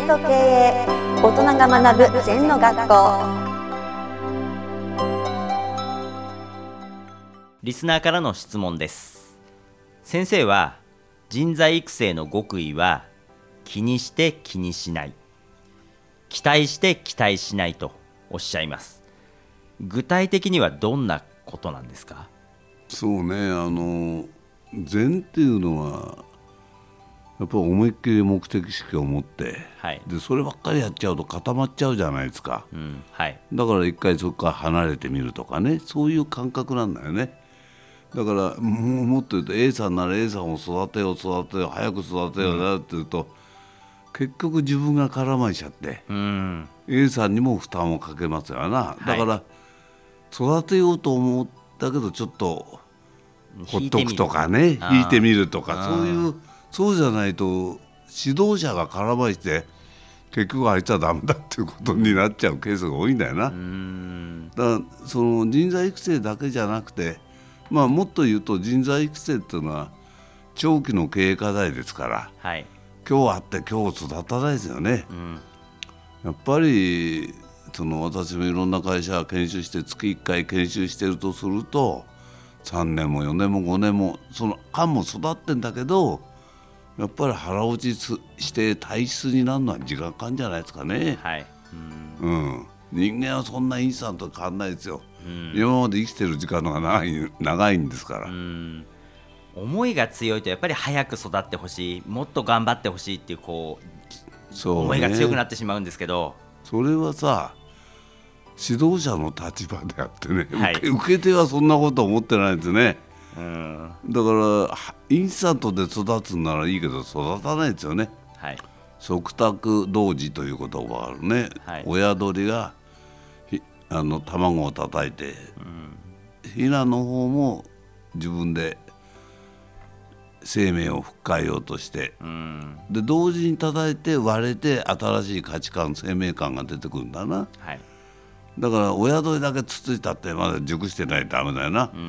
と経営、大人が学ぶ禅の学校。 リスナーからの質問です。先生は人材育成の極意は気にして気にしない、期待して期待しないとおっしゃいます。具体的にはどんなことなんですか？ そうね、禅っていうのはやっぱり思いっきり目的意識を持って、 はい、 でそればっかりやっちゃうと固まっちゃうじゃないですか、 はい、 だから一回そこから離れてみるとかね、そういう感覚なんだよね。だからもっと言うと A さんなら A さんを育てよう早く育てようなって言うと、結局自分が絡まえちゃって、A さんにも負担をかけますよな。だから育てようと思ったけどちょっとほっとくとかね、引いてみるとか、そうじゃないと指導者が絡まえて結局あいつはダメだっていうことになっちゃうケースが多いんだよな。だからその人材育成だけじゃなくて、もっと言うと人材育成っていうのは長期の経営課題ですから、今日あって今日育たないですよね。やっぱり私もいろんな会社研修して月1回研修してるとすると3年も4年も5年もその間も育ってんだけど、やっぱり腹落ちして体質になるのは時間かかるんじゃないですかね。人間はそんなインスタントと変わんないですよ。今まで生きてる時間の方が長いんですから。 思いが強いとやっぱり早く育ってほしい、もっと頑張ってほしいっていう思いが強くなってしまうんですけど、 それはさ指導者の立場であってね、受け手はそんなこと思ってないんですね。だからインスタントで育つならいいけど育たないですよね。食卓同時という言葉があるね。親鳥が卵を叩いて、ヒナの方も自分で生命を吹っ変えようとして、で同時に叩いて割れて新しい価値観生命感が出てくるんだな。だから親鳥だけつついたってまだ熟してないとダメだよな。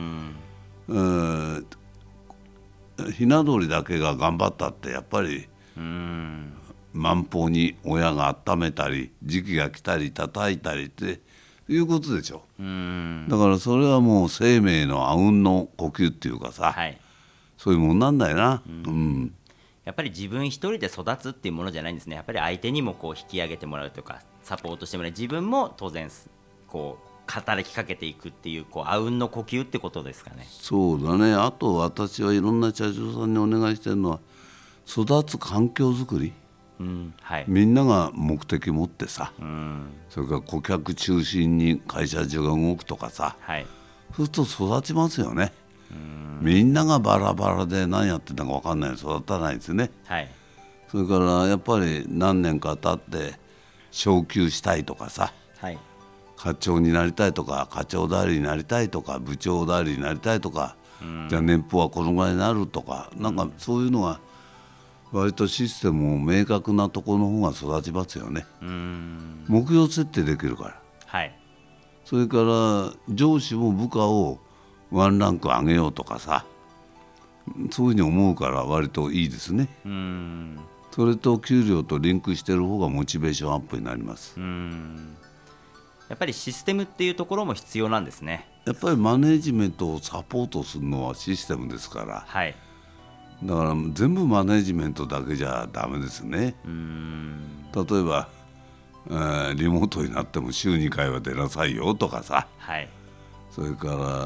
ひな鳥だけが頑張ったってやっぱり満腹に親が温めたり時期が来たり叩いたりっていうことでしょ。だからそれはもう生命のあうんの呼吸っていうかさ、そういうもんなんだよな。 やっぱり自分一人で育つっていうものじゃないんですね。やっぱり相手にも引き上げてもらうとかサポートしてもらう、自分も当然働きかけていくっていうあうんの呼吸ってことですかね。 そうだね。あと私はいろんな社長さんにお願いしてるのは育つ環境づくり、みんなが目的持ってさ、それから顧客中心に会社中が動くとかさ、そうすると育ちますよね。みんながバラバラで何やってんだか分かんない育たないですね。それからやっぱり何年か経って昇給したいとかさ、課長になりたいとか課長代理になりたいとか部長代理になりたいとか、じゃあ年俸はこのぐらいになるとか、なんかそういうのが割とシステムも明確なところの方が育ちますよね。目標設定できるから、それから上司も部下をワンランク上げようとかさ、そういうふうに思うから割といいですね。それと給料とリンクしてる方がモチベーションアップになります。 やっぱりシステムっていうところも必要なんですね。 やっぱりマネジメントをサポートするのはシステムですから、だから全部マネジメントだけじゃダメですね。例えば、リモートになっても週2回は出なさいよとかさ、それから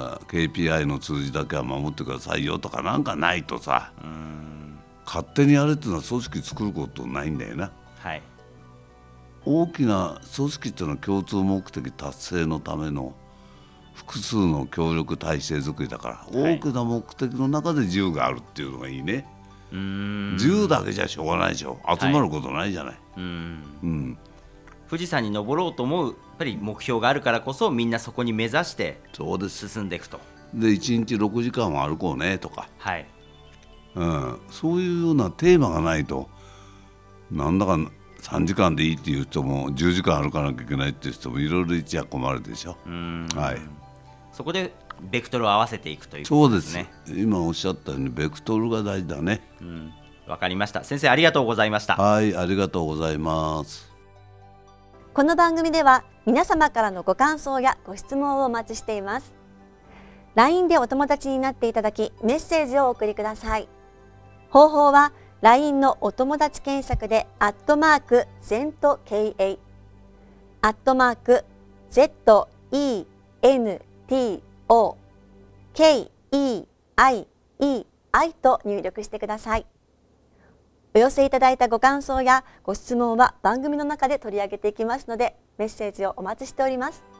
KPI の数字だけは守ってくださいよとかなんかないとさ、勝手にやれっていうのは組織作ることないんだよな。大きな組織っていうのは共通目的達成のための複数の協力体制作りだから、大きな目的の中で自由があるっていうのがいいね。自由だけじゃしょうがないでしょ。集まることないじゃない。 富士山に登ろうと思うやっぱり目標があるからこそ、みんなそこに目指して進んでいくと。 で1日6時間は歩こうねとか、そういうようなテーマがないと、なんだか3時間でいいっていう人も10時間歩かなきゃいけないっていう人もいろいろいちゃ困るでしょ。 そこでベクトルを合わせていくということですね。 そうです。今おっしゃったようにベクトルが大事だね。 わかりました。先生ありがとうございました。 はい、ありがとうございます。 この番組では皆様からのご感想やご質問をお待ちしています。LINE でお友達になっていただきメッセージをお送りください。方法は LINE のお友達検索で@ZENTKEI@ZENTOKEIEI と入力してください。お寄せいただいたご感想やご質問は番組の中で取り上げていきますので、メッセージをお待ちしております。